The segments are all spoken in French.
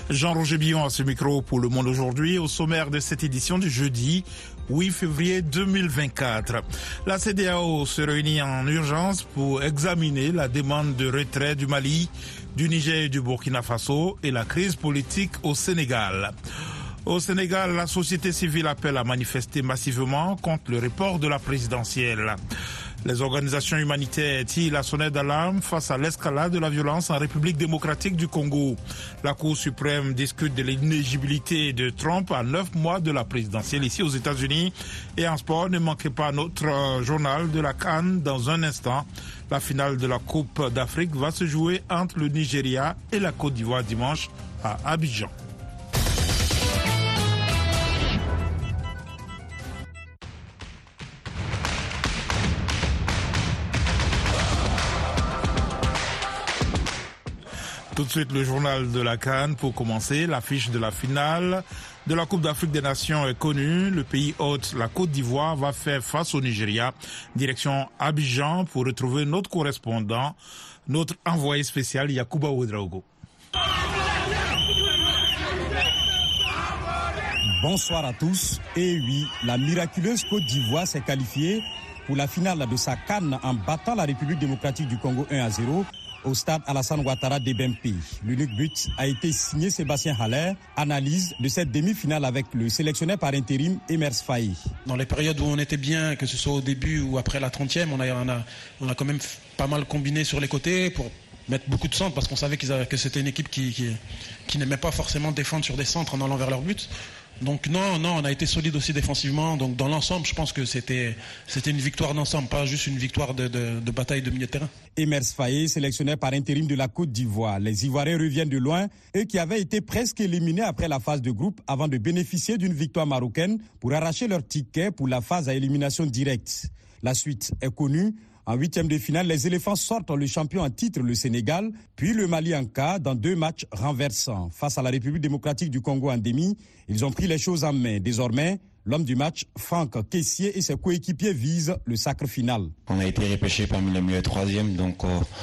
Jean-Roger Billon à ce micro pour Le Monde aujourd'hui, au sommaire de cette édition du jeudi 8 février 2024. La CEDEAO se réunit en urgence pour examiner la demande de retrait du Mali, du Niger et du Burkina Faso et la crise politique au Sénégal. Au Sénégal, la société civile appelle à manifester massivement contre le report de la présidentielle. Les organisations humanitaires tirent la sonnette d'alarme face à l'escalade de la violence en République démocratique du Congo. La Cour suprême discute de l'inéligibilité de Trump à 9 mois de la présidentielle ici aux États-Unis. Et en sport, ne manquez pas notre journal de la CAN dans un instant. La finale de la Coupe d'Afrique va se jouer entre le Nigeria et la Côte d'Ivoire dimanche à Abidjan. Tout de suite, le journal de la CAN. Pour commencer, l'affiche de la finale de la Coupe d'Afrique des Nations est connue. Le pays hôte, la Côte d'Ivoire, va faire face au Nigeria. Direction Abidjan pour retrouver notre correspondant, notre envoyé spécial, Yacouba Ouedraogo. Bonsoir à tous. Et oui, la miraculeuse Côte d'Ivoire s'est qualifiée pour la finale de sa CAN en battant la République démocratique du Congo 1-0. Au stade Alassane Ouattara d'Ebempe. L'unique but a été signé Sébastien Haller. Analyse de cette demi-finale avec le sélectionneur par intérim Emers Faye. Dans les périodes où on était bien, que ce soit au début ou après la 30e, on a quand même pas mal combiné sur les côtés pour mettre beaucoup de centres parce qu'on savait que c'était une équipe qui n'aimait pas forcément défendre sur des centres en allant vers leur but. Donc non, on a été solide aussi défensivement. Donc dans l'ensemble, je pense que c'était une victoire d'ensemble, pas juste une victoire de bataille de milieu de terrain. Emers Faye, sélectionneur par intérim de la Côte d'Ivoire. Les Ivoiriens reviennent de loin, eux qui avaient été presque éliminés après la phase de groupe avant de bénéficier d'une victoire marocaine pour arracher leur ticket pour la phase à élimination directe. La suite est connue. En huitième de finale, les éléphants sortent le champion en titre, le Sénégal, puis le Mali en quart dans 2 matchs renversants. Face à la République démocratique du Congo en demi, ils ont pris les choses en main. Désormais, l'homme du match, Franck Kessié et ses coéquipiers visent le sacre final. On a été repêché parmi les meilleurs troisièmes, donc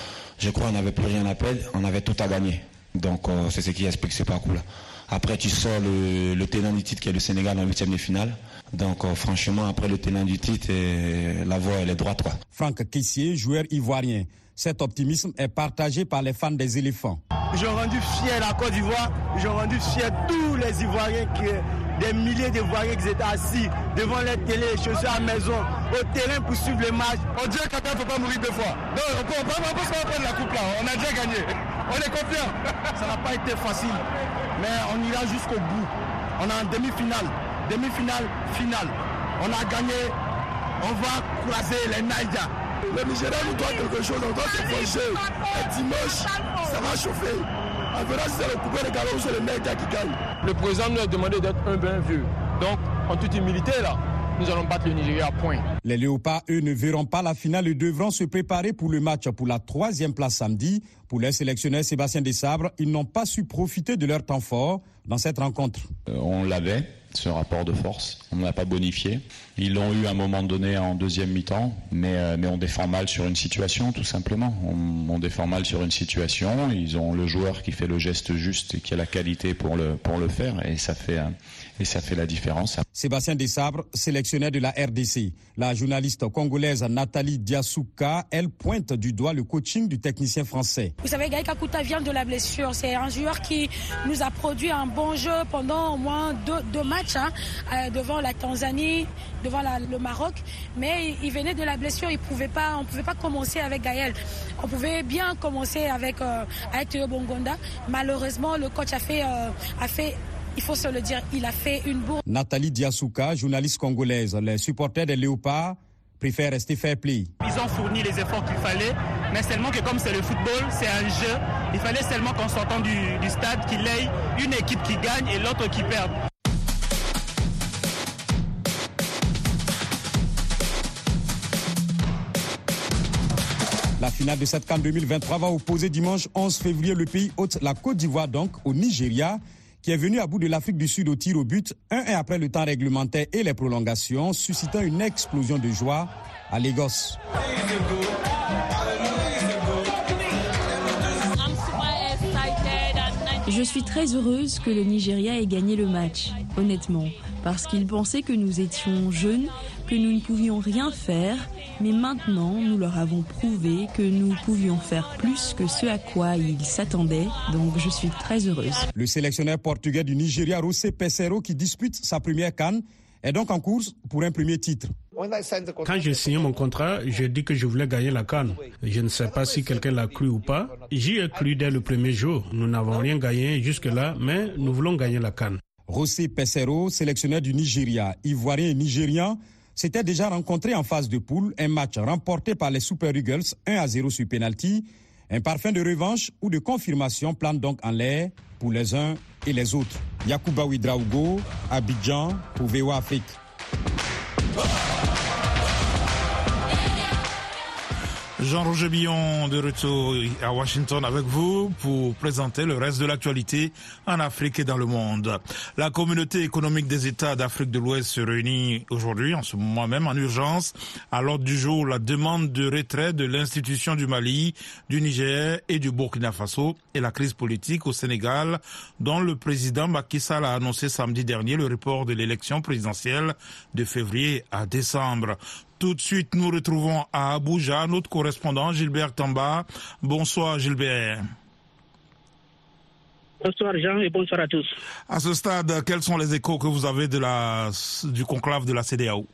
je crois qu'on n'avait plus rien à perdre, on avait tout à gagner. Donc c'est ce qui explique ce parcours-là. Après, tu sors le tenant du titre qui est le Sénégal en huitième de finale. Donc franchement, après le tenant du titre, la voie elle est droite, quoi. Franck Kessié, joueur ivoirien. Cet optimisme est partagé par les fans des éléphants. Ils ont rendu fier la Côte d'Ivoire, ils ont rendu fier tous les Ivoiriens, des milliers d'Ivoiriens qui étaient assis devant les télés, chaussés à la maison, au terrain pour suivre les matchs. On dirait qu'il ne faut pas mourir 2 fois. Non, on peut prendre la coupe là, on a déjà gagné. On est confiants. Ça n'a pas été facile, mais on ira jusqu'au bout. On est en demi-finale, finale. On a gagné, on va croiser les Naïdas. Le Nigeria nous doit quelque chose, on doit se forger. Et dimanche, ça va chauffer. On verra si c'est le coupé de galop ou c'est le Naïda qui gagne. Le président nous a demandé d'être un bien vieux. Donc, en toute humilité, là, nous allons battre le Nigeria à point. Les Léopards, eux, ne verront pas la finale et devront se préparer pour le match pour la 3e place samedi. Pour leur sélectionneur Sébastien Desabre, ils n'ont pas su profiter de leur temps fort dans cette rencontre. On l'avait, ce rapport de force. On ne l'a pas bonifié. Ils l'ont eu à un moment donné en deuxième mi-temps, mais on défend mal sur une situation, tout simplement. On défend mal sur une situation. Ils ont le joueur qui fait le geste juste et qui a la qualité pour le faire, et ça fait la différence. Sébastien Desabre, sélectionneur de la RDC. La journaliste congolaise Nathalie Diasouka, elle pointe du doigt le coaching du technicien français. Vous savez, Gaël Kakuta vient de la blessure. C'est un joueur qui nous a produit un bon jeu pendant au moins deux matchs devant la Tanzanie, devant le Maroc. Mais il venait de la blessure. On pouvait pas commencer avec Gaël. On pouvait bien commencer avec Théo Bongonda. Malheureusement, le coach a fait, il faut se le dire, il a fait une bourde. Nathalie Diasouka, journaliste congolaise. Les supporters des Léopards préfèrent rester fair play. Ils ont fourni les efforts qu'il fallait, mais seulement que comme c'est le football, c'est un jeu. Il fallait seulement qu'en sortant du stade, qu'il ait une équipe qui gagne et l'autre qui perd. La finale de cette CAN 2023 va opposer dimanche 11 février le pays hôte, la Côte d'Ivoire donc, au Nigeria, qui est venu à bout de l'Afrique du Sud au tir au but, 1-1 après le temps réglementaire et les prolongations, suscitant une explosion de joie à Lagos. Je suis très heureuse que le Nigeria ait gagné le match, honnêtement, parce qu'ils pensaient que nous étions jeunes, que nous ne pouvions rien faire, mais maintenant nous leur avons prouvé que nous pouvions faire plus que ce à quoi ils s'attendaient, donc je suis très heureuse. Le sélectionneur portugais du Nigeria, José Peseiro, qui dispute sa première CAN, est donc en course pour un premier titre. Quand j'ai signé mon contrat, j'ai dit que je voulais gagner la CAN. Je ne sais pas si quelqu'un l'a cru ou pas. J'y ai cru dès le premier jour. Nous n'avons rien gagné jusque-là, mais nous voulons gagner la CAN. José Peseiro, sélectionneur du Nigeria, ivoirien et nigérian, s'était déjà rencontré en phase de poule, un match remporté par les Super Eagles 1-0 sur penalty. Un parfum de revanche ou de confirmation plane donc en l'air pour les uns et les autres. Yacouba Ouedraogo, Abidjan, pour VOA Afrique. Jean-Roger Billon de retour à Washington avec vous pour présenter le reste de l'actualité en Afrique et dans le monde. La communauté économique des États d'Afrique de l'Ouest se réunit aujourd'hui, en ce moment même, en urgence. À l'ordre du jour, la demande de retrait de l'institution du Mali, du Niger et du Burkina Faso et la crise politique au Sénégal, dont le président Macky Sall a annoncé samedi dernier le report de l'élection présidentielle de février à décembre. Tout de suite, nous retrouvons à Abuja notre correspondant Gilbert Tamba. Bonsoir Gilbert. Bonsoir Jean et bonsoir à tous. À ce stade, quels sont les échos que vous avez du conclave de la CEDEAO?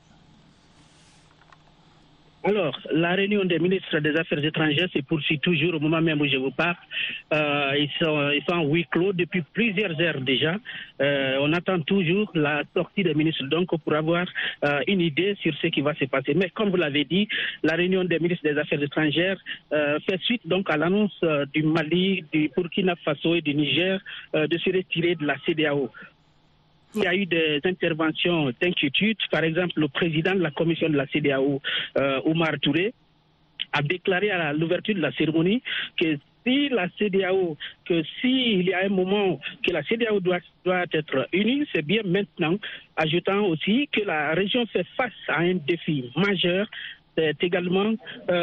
Alors, la réunion des ministres des Affaires étrangères se poursuit toujours au moment même où je vous parle. Ils sont en huis clos depuis plusieurs heures déjà. On attend toujours la sortie des ministres donc pour avoir une idée sur ce qui va se passer. Mais comme vous l'avez dit, la réunion des ministres des Affaires étrangères fait suite donc à l'annonce du Mali, du Burkina Faso et du Niger de se retirer de la CEDEAO. Il y a eu des interventions d'inquiétude. Par exemple, le président de la commission de la CEDEAO, Oumar Touré, a déclaré à l'ouverture de la cérémonie que s'il y a un moment que la CEDEAO doit être unie, c'est bien maintenant, ajoutant aussi que la région fait face à un défi majeur. C'est également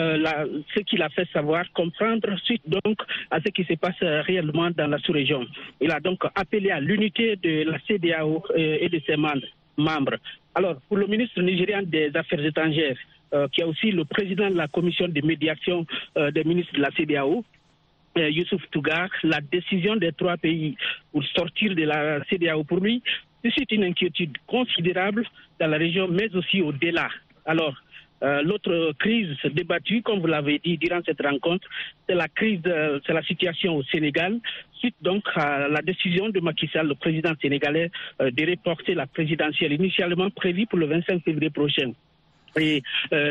ce qu'il a fait savoir, comprendre suite donc à ce qui se passe réellement dans la sous-région. Il a donc appelé à l'unité de la CEDEAO et de ses membres. Alors, pour le ministre nigérian des Affaires étrangères, qui est aussi le président de la commission de médiation des ministres de la CEDEAO, Youssouf Tougar, la décision des trois pays pour sortir de la CEDEAO, pour lui, suscite une inquiétude considérable dans la région, mais aussi au-delà. Alors, l'autre crise débattue, comme vous l'avez dit durant cette rencontre, c'est la situation au Sénégal, suite donc à la décision de Macky Sall, le président sénégalais, de reporter la présidentielle initialement prévue pour le 25 février prochain. Et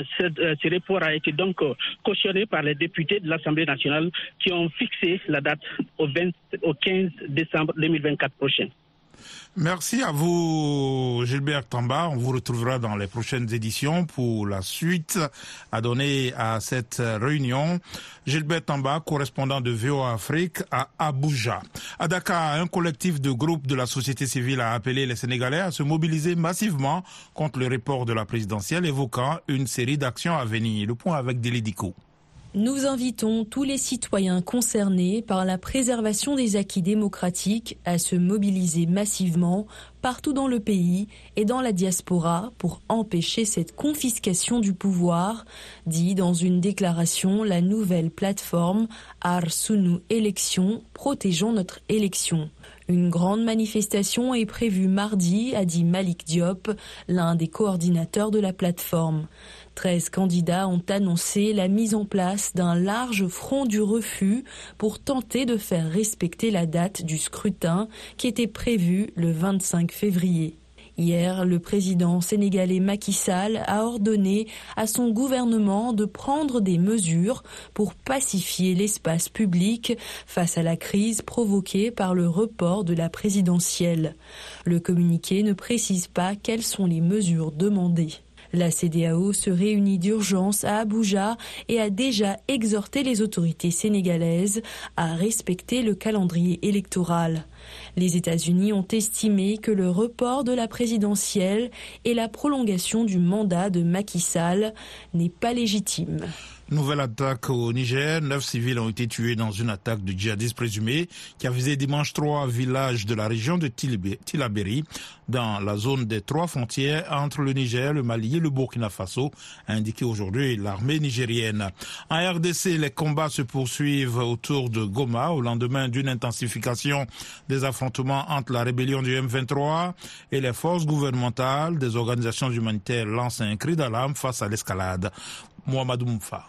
ce report a été donc cautionné par les députés de l'Assemblée nationale qui ont fixé la date au 15 décembre 2024 prochain. Merci à vous Gilbert Tamba. On vous retrouvera dans les prochaines éditions pour la suite à donner à cette réunion. Gilbert Tamba, correspondant de VOA Afrique à Abuja. À Dakar, un collectif de groupes de la société civile a appelé les Sénégalais à se mobiliser massivement contre le report de la présidentielle, évoquant une série d'actions à venir. Le point avec Deli Diko. Nous invitons tous les citoyens concernés par la préservation des acquis démocratiques à se mobiliser massivement partout dans le pays et dans la diaspora pour empêcher cette confiscation du pouvoir, dit dans une déclaration la nouvelle plateforme Aar Sunu Élection, protégeons notre élection. Une grande manifestation est prévue mardi, a dit Malik Diop, l'un des coordinateurs de la plateforme. 13 candidats ont annoncé la mise en place d'un large front du refus pour tenter de faire respecter la date du scrutin qui était prévue le 25 février. Hier, le président sénégalais Macky Sall a ordonné à son gouvernement de prendre des mesures pour pacifier l'espace public face à la crise provoquée par le report de la présidentielle. Le communiqué ne précise pas quelles sont les mesures demandées. La CEDEAO se réunit d'urgence à Abuja et a déjà exhorté les autorités sénégalaises à respecter le calendrier électoral. Les États-Unis ont estimé que le report de la présidentielle et la prolongation du mandat de Macky Sall n'est pas légitime. Nouvelle attaque au Niger. 9 civils ont été tués dans une attaque de djihadistes présumés qui a visé dimanche 3 villages de la région de Tillabéri dans la zone des 3 frontières entre le Niger, le Mali et le Burkina Faso, a indiqué aujourd'hui l'armée nigérienne. En RDC, les combats se poursuivent autour de Goma au lendemain d'une intensification des affrontements entre la rébellion du M23 et les forces gouvernementales. Des organisations humanitaires lancent un cri d'alarme face à l'escalade. Mohamedou Moufa.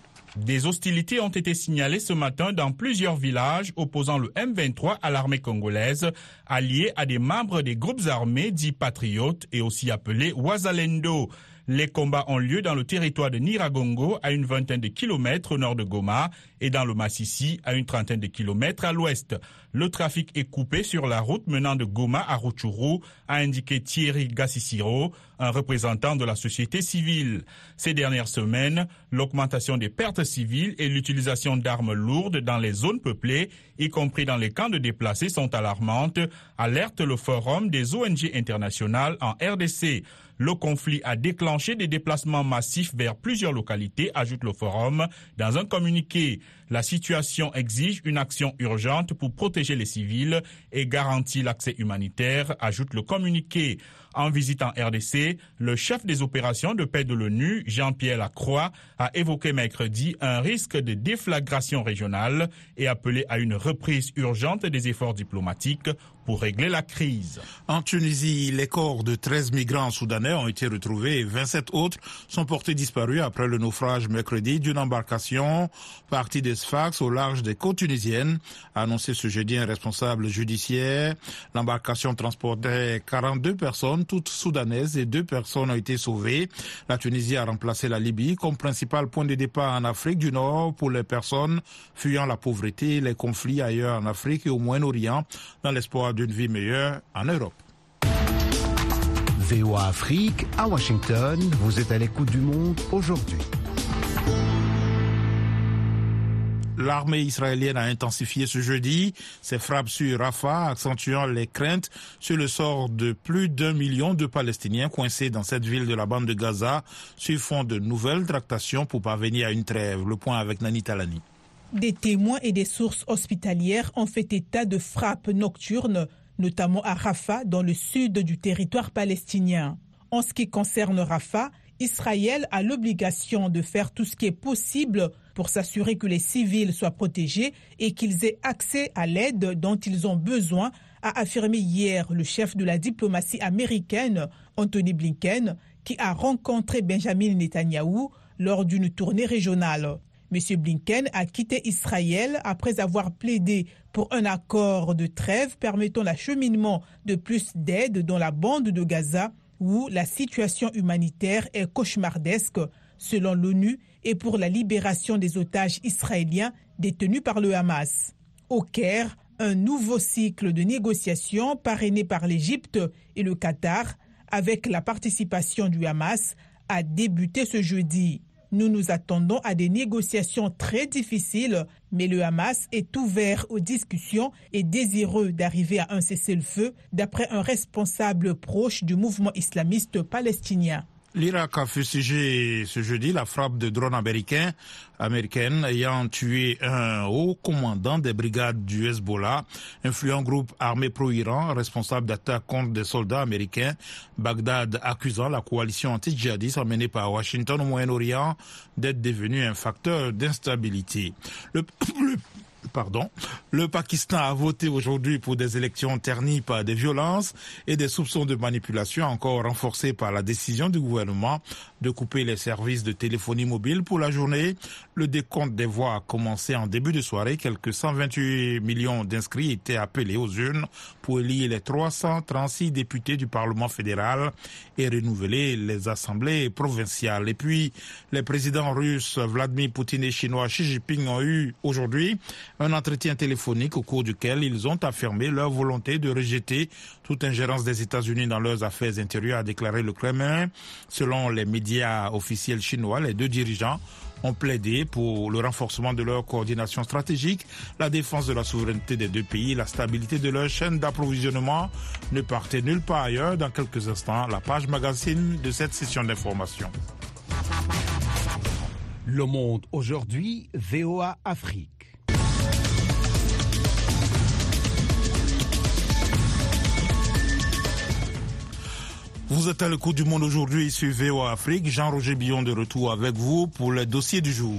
Des hostilités ont été signalées ce matin dans plusieurs villages opposant le M23 à l'armée congolaise, alliés à des membres des groupes armés dits patriotes et aussi appelés Wazalendo. Les combats ont lieu dans le territoire de Niragongo, à une vingtaine de kilomètres au nord de Goma, et dans le Massissi, à une trentaine de kilomètres à l'ouest. Le trafic est coupé sur la route menant de Goma à Rutshuru, a indiqué Thierry Gassissiro, un représentant de la société civile. Ces dernières semaines, l'augmentation des pertes civiles et l'utilisation d'armes lourdes dans les zones peuplées, y compris dans les camps de déplacés, sont alarmantes, alerte le Forum des ONG internationales en RDC. Le conflit a déclenché des déplacements massifs vers plusieurs localités, ajoute le Forum dans un communiqué. La situation exige une action urgente pour protéger les civils et garantir l'accès humanitaire, ajoute le communiqué. En visite en RDC, le chef des opérations de paix de l'ONU, Jean-Pierre Lacroix, a évoqué mercredi un risque de déflagration régionale et appelé à une reprise urgente des efforts diplomatiques pour régler la crise. En Tunisie, les corps de 13 migrants soudanais ont été retrouvés et 27 autres sont portés disparus après le naufrage mercredi d'une embarcation partie de Sfax au large des côtes tunisiennes, a annoncé ce jeudi un responsable judiciaire. L'embarcation transportait 42 personnes, toutes soudanaises, et 2 personnes ont été sauvées. La Tunisie a remplacé la Libye comme principal point de départ en Afrique du Nord pour les personnes fuyant la pauvreté et les conflits ailleurs en Afrique et au Moyen-Orient, dans l'espoir d'une vie meilleure en Europe. VOA Afrique à Washington, vous êtes à l'écoute du monde aujourd'hui. L'armée israélienne a intensifié ce jeudi ses frappes sur Rafah, accentuant les craintes sur le sort de plus d'1 million de Palestiniens coincés dans cette ville de la bande de Gaza, sur fond de nouvelles tractations pour parvenir à une trêve. Le point avec Nani Talani. Des témoins et des sources hospitalières ont fait état de frappes nocturnes, notamment à Rafah, dans le sud du territoire palestinien. En ce qui concerne Rafah, Israël a l'obligation de faire tout ce qui est possible pour s'assurer que les civils soient protégés et qu'ils aient accès à l'aide dont ils ont besoin, a affirmé hier le chef de la diplomatie américaine, Anthony Blinken, qui a rencontré Benjamin Netanyahou lors d'une tournée régionale. M. Blinken a quitté Israël après avoir plaidé pour un accord de trêve permettant l'acheminement de plus d'aide dans la bande de Gaza, où la situation humanitaire est cauchemardesque, selon l'ONU, et pour la libération des otages israéliens détenus par le Hamas. Au Caire, un nouveau cycle de négociations parrainé par l'Égypte et le Qatar, avec la participation du Hamas, a débuté ce jeudi. Nous nous attendons à des négociations très difficiles, mais le Hamas est ouvert aux discussions et désireux d'arriver à un cessez-le-feu, d'après un responsable proche du mouvement islamiste palestinien. L'Irak a fustigé ce jeudi la frappe de drones américaines ayant tué un haut commandant des brigades du Hezbollah, influent groupe armé pro-Iran responsable d'attaques contre des soldats américains. Bagdad accusant la coalition anti-djihadiste menée par Washington au Moyen-Orient d'être devenue un facteur d'instabilité. Le Pakistan a voté aujourd'hui pour des élections ternies par des violences et des soupçons de manipulation encore renforcés par la décision du gouvernement de couper les services de téléphonie mobile pour la journée. Le décompte des voix a commencé en début de soirée. Quelques 128 millions d'inscrits étaient appelés aux urnes pour élire les 336 députés du Parlement fédéral et renouveler les assemblées provinciales. Et puis, les présidents russes Vladimir Poutine et chinois Xi Jinping ont eu aujourd'hui un entretien téléphonique au cours duquel ils ont affirmé leur volonté de rejeter toute ingérence des États-Unis dans leurs affaires intérieures, a déclaré le Kremlin. Selon les médias officiels chinois, les deux dirigeants ont plaidé pour le renforcement de leur coordination stratégique, la défense de la souveraineté des deux pays, la stabilité de leur chaîne d'approvisionnement. Ne partez nulle part ailleurs. Dans quelques instants, la page magazine de cette session d'information. Le Monde aujourd'hui, VOA Afrique. Vous êtes à l'écoute du Monde aujourd'hui sur VOA Afrique. Jean-Roger Billon de retour avec vous pour le dossier du jour.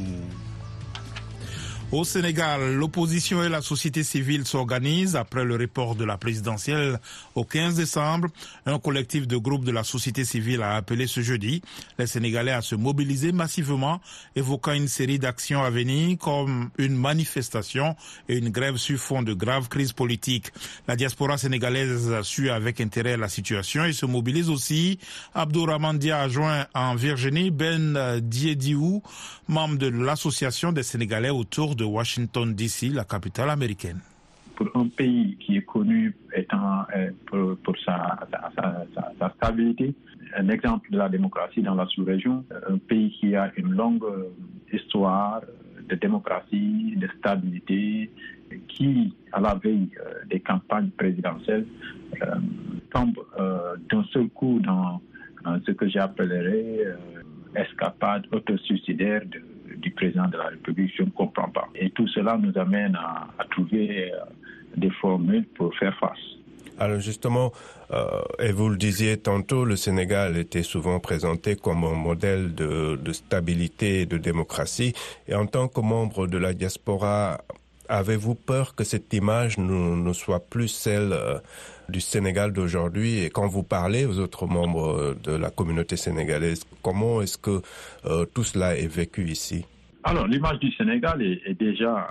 Au Sénégal, l'opposition et la société civile s'organisent après le report de la présidentielle au 15 décembre. Un collectif de groupes de la société civile a appelé ce jeudi les Sénégalais à se mobiliser massivement, évoquant une série d'actions à venir comme une manifestation et une grève sur fond de grave crise politique. La diaspora sénégalaise suit avec intérêt la situation et se mobilise aussi. Abdourahmane Dia a joint en Virginie Ben Diediou, membre de l'association des Sénégalais autour de Washington DC, la capitale américaine. Pour un pays qui est connu pour sa stabilité, un exemple de la démocratie dans la sous-région, un pays qui a une longue histoire de démocratie, de stabilité, qui, à la veille des campagnes présidentielles, tombe d'un seul coup dans ce que j'appellerais escapade autosuicidaire du président de la République, je ne comprends pas. Et tout cela nous amène à trouver des formules pour faire face. Alors justement, et vous le disiez tantôt, le Sénégal était souvent présenté comme un modèle de stabilité et de démocratie. Et en tant que membre de la diaspora, avez-vous peur que cette image ne soit plus celle du Sénégal d'aujourd'hui? Et quand vous parlez aux autres membres de la communauté sénégalaise, comment est-ce que tout cela est vécu ici? Alors, l'image du Sénégal est déjà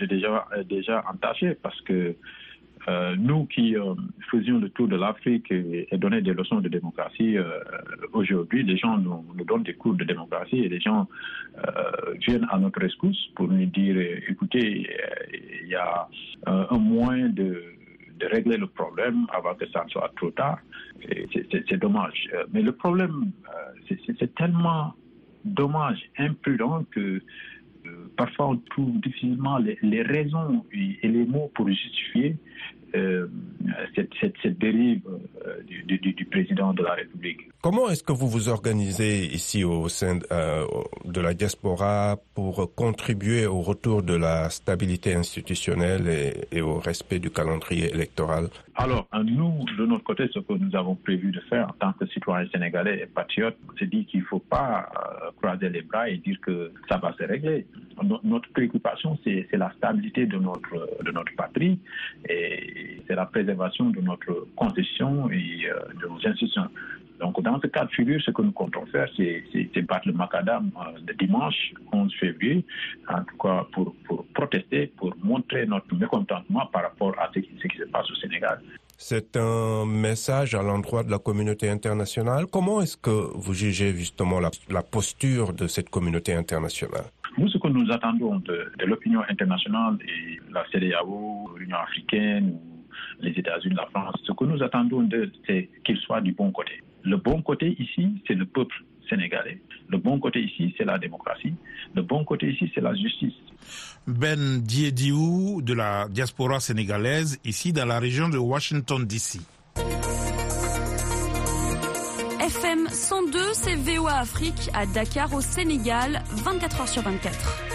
entachée parce que nous qui faisions le tour de l'Afrique et donnaient des leçons de démocratie, aujourd'hui, les gens nous donnent des cours de démocratie et les gens viennent à notre rescousse pour nous dire, écoutez, il y a un moyen de régler le problème avant que ça ne soit trop tard. C'est dommage. Mais le problème, c'est tellement dommage, imprudent que parfois on trouve difficilement les raisons et les mots pour justifier cette dérive du président de la République. Comment est-ce que vous vous organisez ici au sein de la diaspora pour contribuer au retour de la stabilité institutionnelle et au respect du calendrier électoral? Alors, nous, de notre côté, ce que nous avons prévu de faire en tant que citoyens sénégalais et patriotes, c'est dire qu'il ne faut pas croiser les bras et dire que ça va se régler. Notre préoccupation, c'est la stabilité de notre patrie et c'est la préservation de notre constitution et de nos institutions. Donc, dans ce cas de figure, ce que nous comptons faire, c'est battre le macadam de dimanche 11 février, en tout cas pour protester, pour montrer notre mécontentement par rapport à ce qui se passe au Sénégal. C'est un message à l'endroit de la communauté internationale. Comment est-ce que vous jugez justement la posture de cette communauté internationale? Nous, ce que nous attendons de l'opinion internationale et la CEDEAO, l'Union africaine, les États-Unis, la France, ce que nous attendons d'eux, c'est qu'ils soient du bon côté. Le bon côté ici, c'est le peuple sénégalais. Le bon côté ici, c'est la démocratie. Le bon côté ici, c'est la justice. Ben Diediou de la diaspora sénégalaise, ici dans la région de Washington DC. FM 102, c'est VOA Afrique à Dakar au Sénégal, 24h sur 24.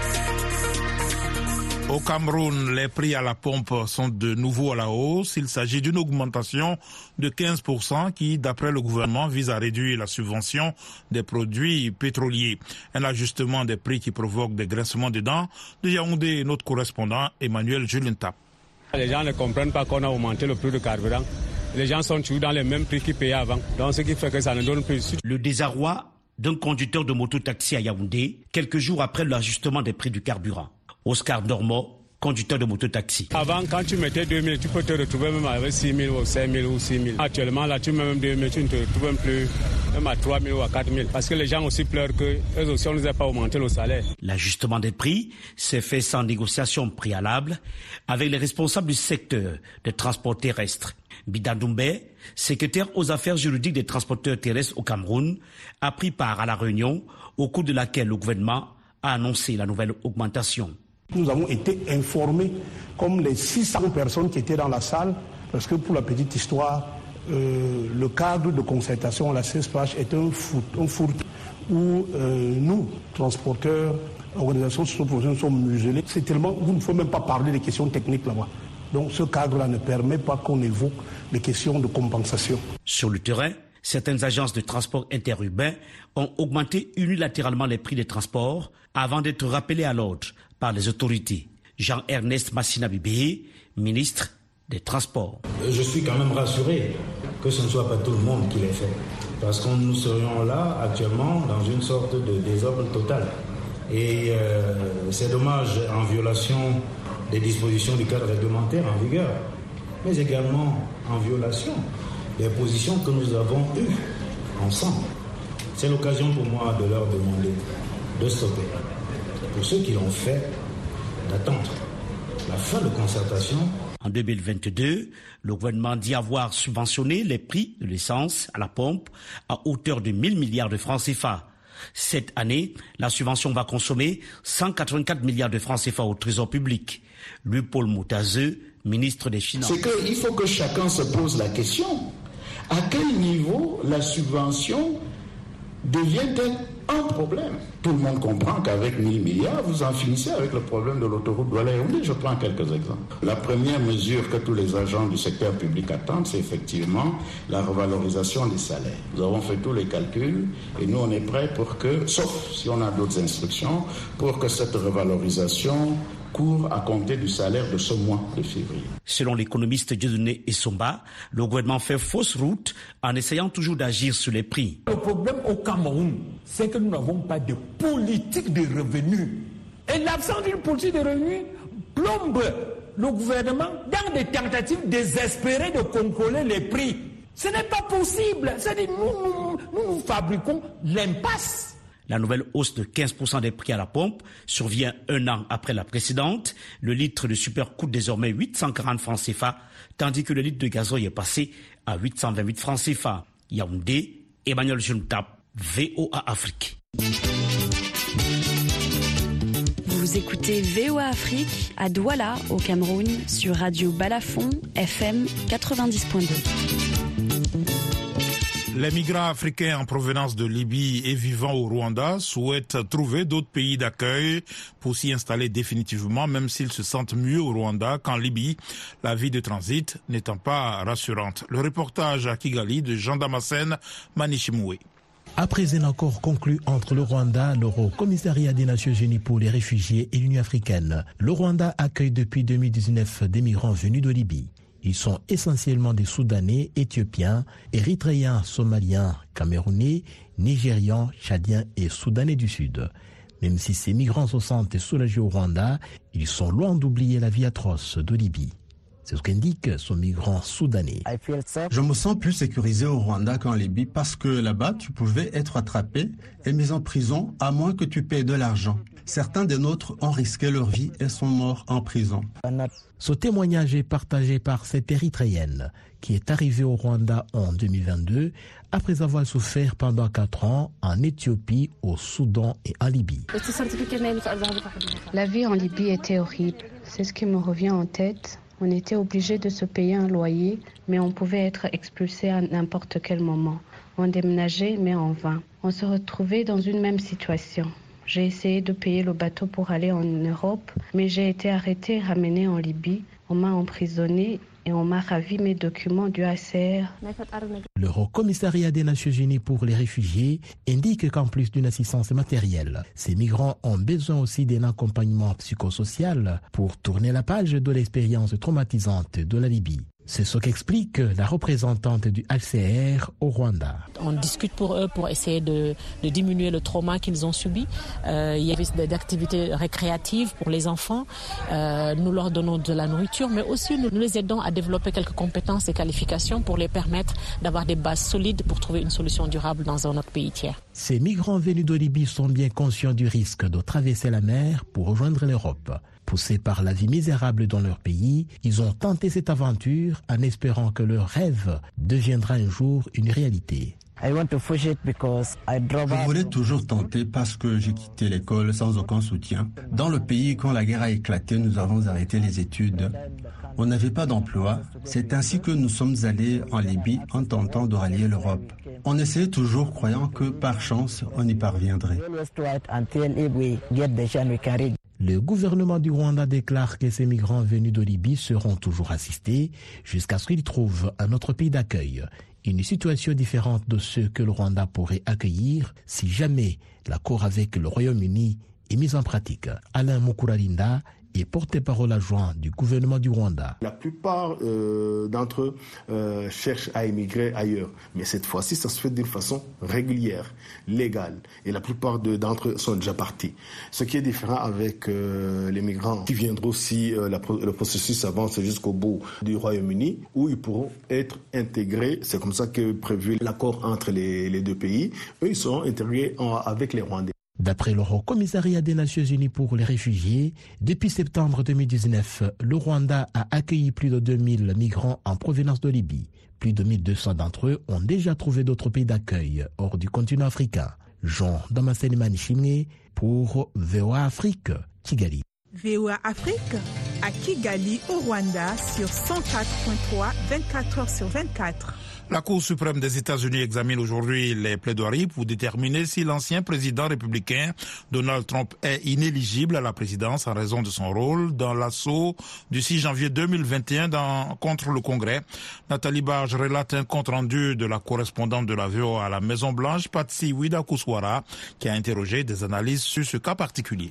Au Cameroun, les prix à la pompe sont de nouveau à la hausse. Il s'agit d'une augmentation de 15% qui, d'après le gouvernement, vise à réduire la subvention des produits pétroliers. Un ajustement des prix qui provoque des grincements de dents. De Yaoundé, notre correspondant Emmanuel Julintap. Les gens ne comprennent pas qu'on a augmenté le prix du carburant. Les gens sont toujours dans les mêmes prix qu'ils payaient avant. Donc ce qui fait que ça ne donne plus. Le désarroi d'un conducteur de moto-taxi à Yaoundé, quelques jours après l'ajustement des prix du carburant. Oscar Normand, conducteur de moto-taxi. Avant, quand tu mettais 2000, tu peux te retrouver même avec 6000 ou 5000 ou 6000. Actuellement, là, tu mets même 2000, tu ne te retrouves même plus, même à 3000 ou à 4000. Parce que les gens aussi pleurent qu'eux aussi, on ne nous a pas augmenté le salaire. L'ajustement des prix s'est fait sans négociation préalable avec les responsables du secteur des transports terrestres. Bidandoumbé, secrétaire aux affaires juridiques des transporteurs terrestres au Cameroun, a pris part à la réunion au cours de laquelle le gouvernement a annoncé la nouvelle augmentation. Nous avons été informés comme les 600 personnes qui étaient dans la salle, parce que pour la petite histoire, le cadre de concertation, la CESPACH, est un four où nous, transporteurs, organisations socio-professionnelles, sommes muselés. C'est tellement, il ne faut même pas parler des questions techniques là-bas. Donc ce cadre-là ne permet pas qu'on évoque les questions de compensation. Sur le terrain, certaines agences de transport interurbain ont augmenté unilatéralement les prix des transports avant d'être rappelés à l'ordre par les autorités. Jean-Ernest Massina Bibé, ministre des Transports. Je suis quand même rassuré que ce ne soit pas tout le monde qui l'ait fait. Parce que nous serions là actuellement dans une sorte de désordre total. Et c'est dommage, en violation des dispositions du cadre réglementaire en vigueur, mais également en violation des positions que nous avons eues ensemble. C'est l'occasion pour moi de leur demander de stopper. Pour ceux qui l'ont fait, d'attendre la fin de concertation. En 2022, le gouvernement dit avoir subventionné les prix de l'essence à la pompe à hauteur de 1 000 milliards de francs CFA. Cette année, la subvention va consommer 184 milliards de francs CFA au trésor public. Louis-Paul Moutazeux, ministre des Finances. C'est qu'il faut que chacun se pose la question. À quel niveau la subvention devient-elle un problème? Tout le monde comprend qu'avec 1 000 milliards, vous en finissez avec le problème de l'autoroute Douala-Yaoundé. Je prends quelques exemples. La première mesure que tous les agents du secteur public attendent, c'est effectivement la revalorisation des salaires. Nous avons fait tous les calculs et nous, on est prêts pour que, sauf si on a d'autres instructions, pour que cette revalorisation court à compter du salaire de ce mois de février. Selon l'économiste Dieudonné Essomba, le gouvernement fait fausse route en essayant toujours d'agir sur les prix. Le problème au Cameroun, c'est que nous n'avons pas de politique de revenus. Et l'absence d'une politique de revenus plombe le gouvernement dans des tentatives désespérées de contrôler les prix. Ce n'est pas possible. C'est-à-dire nous fabriquons l'impasse. La nouvelle hausse de 15% des prix à la pompe survient un an après la précédente. Le litre de super coûte désormais 840 francs CFA, tandis que le litre de gasoil est passé à 828 francs CFA. Yaoundé, Emmanuel Juntap, VOA Afrique. Vous écoutez VOA Afrique à Douala, au Cameroun, sur Radio Balafon, FM 90.2. Les migrants africains en provenance de Libye et vivant au Rwanda souhaitent trouver d'autres pays d'accueil pour s'y installer définitivement, même s'ils se sentent mieux au Rwanda qu'en Libye, la vie de transit n'étant pas rassurante. Le reportage à Kigali de Jean Damascène Manichimoué. Après un accord conclu entre le Rwanda, le Haut Commissariat des Nations Unies pour les réfugiés et l'Union africaine, le Rwanda accueille depuis 2019 des migrants venus de Libye. Ils sont essentiellement des Soudanais, Éthiopiens, Érythréens, Somaliens, Camerounais, Nigérians, Tchadiens et Soudanais du Sud. Même si ces migrants se sentent soulagés au Rwanda, ils sont loin d'oublier la vie atroce de Libye. C'est ce qu'indique ce migrant soudanais. Je me sens plus sécurisé au Rwanda qu'en Libye parce que là-bas, tu pouvais être attrapé et mis en prison à moins que tu payes de l'argent. Certains des nôtres ont risqué leur vie et sont morts en prison. Ce témoignage est partagé par cette Érythréenne qui est arrivée au Rwanda en 2022 après avoir souffert pendant 4 ans en Éthiopie, au Soudan et en Libye. La vie en Libye était horrible. C'est ce qui me revient en tête. On était obligé de se payer un loyer, mais on pouvait être expulsé à n'importe quel moment. On déménageait, mais en vain. On se retrouvait dans une même situation. J'ai essayé de payer le bateau pour aller en Europe, mais j'ai été arrêtée et ramenée en Libye. On m'a emprisonnée et on m'a ravi mes documents du HCR. Le Haut Commissariat des Nations Unies pour les réfugiés indique qu'en plus d'une assistance matérielle, ces migrants ont besoin aussi d'un accompagnement psychosocial pour tourner la page de l'expérience traumatisante de la Libye. C'est ce qu'explique la représentante du HCR au Rwanda. On discute pour eux pour essayer de diminuer le trauma qu'ils ont subi. Il y a des activités récréatives pour les enfants. Nous leur donnons de la nourriture, mais aussi nous les aidons à développer quelques compétences et qualifications pour les permettre d'avoir des bases solides pour trouver une solution durable dans un autre pays tiers. Ces migrants venus de Libye sont bien conscients du risque de traverser la mer pour rejoindre l'Europe. Poussés par la vie misérable dans leur pays, ils ont tenté cette aventure en espérant que leur rêve deviendra un jour une réalité. Je voulais toujours tenter parce que j'ai quitté l'école sans aucun soutien. Dans le pays, quand la guerre a éclaté, nous avons arrêté les études. On n'avait pas d'emploi. C'est ainsi que nous sommes allés en Libye en tentant de rallier l'Europe. On essayait toujours croyant que par chance, on y parviendrait. Le gouvernement du Rwanda déclare que ces migrants venus de Libye seront toujours assistés jusqu'à ce qu'ils trouvent un autre pays d'accueil. Une situation différente de ce que le Rwanda pourrait accueillir si jamais l'accord avec le Royaume-Uni est mis en pratique. Alain Mukuralinda est porte-parole adjoint du gouvernement du Rwanda. La plupart d'entre eux cherchent à émigrer ailleurs. Mais cette fois-ci, ça se fait d'une façon régulière, légale. Et la plupart d'entre eux sont déjà partis. Ce qui est différent avec les migrants qui viendront si le processus avance jusqu'au bout du Royaume-Uni, où ils pourront être intégrés. C'est comme ça que prévu l'accord entre les deux pays. Eux, ils seront intégrés avec les Rwandais. D'après le Haut Commissariat des Nations Unies pour les réfugiés, depuis septembre 2019, le Rwanda a accueilli plus de 2000 migrants en provenance de Libye. Plus de 1200 d'entre eux ont déjà trouvé d'autres pays d'accueil hors du continent africain. Jean Damascene Manishimwe pour VOA Afrique, Kigali. VOA Afrique à Kigali au Rwanda sur 104.3, 24 heures sur 24. La Cour suprême des États-Unis examine aujourd'hui les plaidoiries pour déterminer si l'ancien président républicain Donald Trump est inéligible à la présidence en raison de son rôle dans l'assaut du 6 janvier 2021 contre le Congrès. Nathalie Barge relate un compte-rendu de la correspondante de la VOA à la Maison-Blanche, Patsy Widakuswara, qui a interrogé des analyses sur ce cas particulier.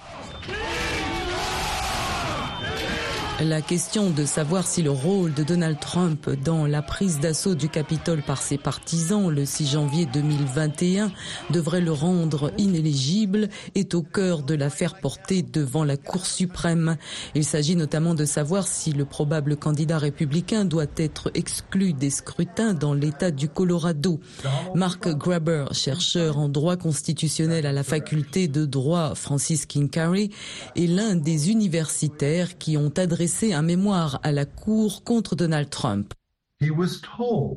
La question de savoir si le rôle de Donald Trump dans la prise d'assaut du Capitole par ses partisans le 6 janvier 2021 devrait le rendre inéligible est au cœur de l'affaire portée devant la Cour suprême. Il s'agit notamment de savoir si le probable candidat républicain doit être exclu des scrutins dans l'État du Colorado. Mark Graber, chercheur en droit constitutionnel à la faculté de droit Francis King Carey, est l'un des universitaires qui ont adressé un mémoire à la Cour contre Donald Trump. On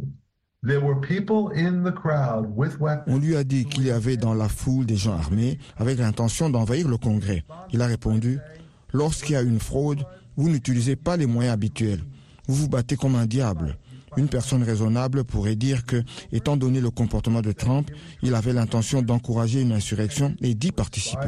lui a dit qu'il y avait dans la foule des gens armés avec l'intention d'envahir le Congrès. Il a répondu, « Lorsqu'il y a une fraude, vous n'utilisez pas les moyens habituels. Vous vous battez comme un diable. » Une personne raisonnable pourrait dire que, étant donné le comportement de Trump, il avait l'intention d'encourager une insurrection et d'y participer.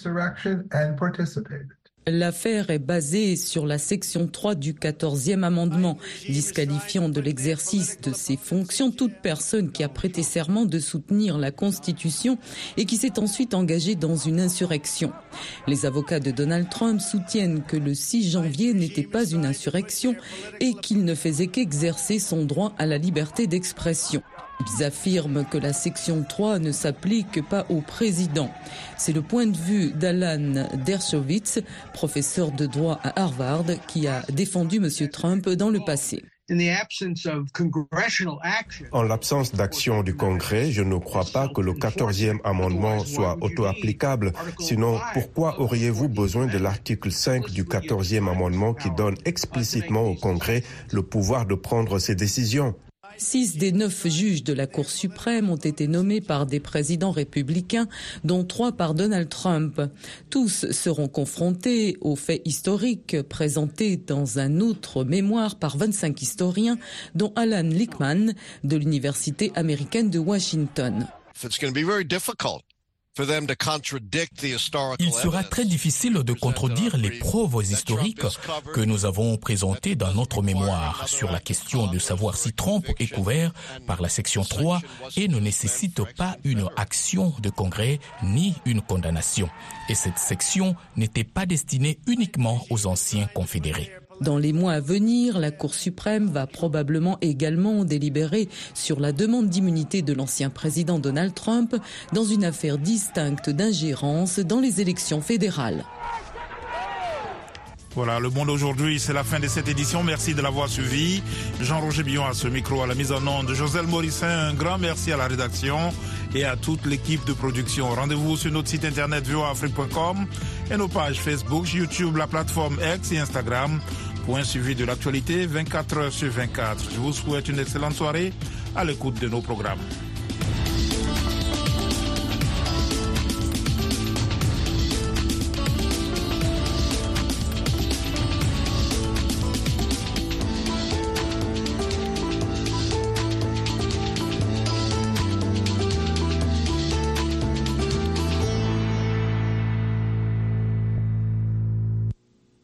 L'affaire est basée sur la section 3 du 14e amendement, disqualifiant de l'exercice de ses fonctions toute personne qui a prêté serment de soutenir la Constitution et qui s'est ensuite engagée dans une insurrection. Les avocats de Donald Trump soutiennent que le 6 janvier n'était pas une insurrection et qu'il ne faisait qu'exercer son droit à la liberté d'expression. Ils affirment que la section 3 ne s'applique pas au président. C'est le point de vue d'Alan Dershowitz, professeur de droit à Harvard, qui a défendu M. Trump dans le passé. En l'absence d'action du Congrès, je ne crois pas que le 14e amendement soit auto-applicable. Sinon, pourquoi auriez-vous besoin de l'article 5 du 14e amendement qui donne explicitement au Congrès le pouvoir de prendre ces décisions ? 6 des 9 juges de la Cour suprême ont été nommés par des présidents républicains, dont 3 par Donald Trump. Tous seront confrontés aux faits historiques présentés dans un autre mémoire par 25 historiens, dont Alan Lichtman de l'Université américaine de Washington. Il sera très difficile de contredire les preuves historiques que nous avons présentées dans notre mémoire sur la question de savoir si Trump est couvert par la section 3 et ne nécessite pas une action de Congrès ni une condamnation. Et cette section n'était pas destinée uniquement aux anciens confédérés. Dans les mois à venir, la Cour suprême va probablement également délibérer sur la demande d'immunité de l'ancien président Donald Trump dans une affaire distincte d'ingérence dans les élections fédérales. Voilà, Le Monde aujourd'hui, c'est la fin de cette édition. Merci de l'avoir suivi. Jean-Roger Billon à ce micro, à la mise en onde. Joselle Morissin, un grand merci à la rédaction et à toute l'équipe de production. Rendez-vous sur notre site internet voaafrique.com et nos pages Facebook, YouTube, la plateforme X et Instagram pour un suivi de l'actualité 24 heures sur 24. Je vous souhaite une excellente soirée à l'écoute de nos programmes.